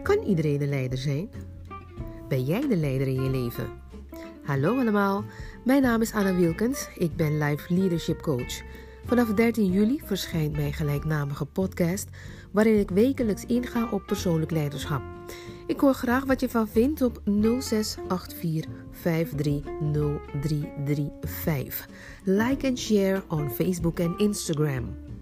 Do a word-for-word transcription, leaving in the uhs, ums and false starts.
Kan iedereen een leider zijn? Ben jij de leider in je leven? Hallo allemaal, mijn naam is Anna Wilkens. Ik ben Life Leadership Coach. Vanaf dertien juli verschijnt mijn gelijknamige podcast, waarin ik wekelijks inga op persoonlijk leiderschap. Ik hoor graag wat je van vindt op nul zes acht vier vijf drie nul drie drie vijf. Like en share on Facebook en Instagram.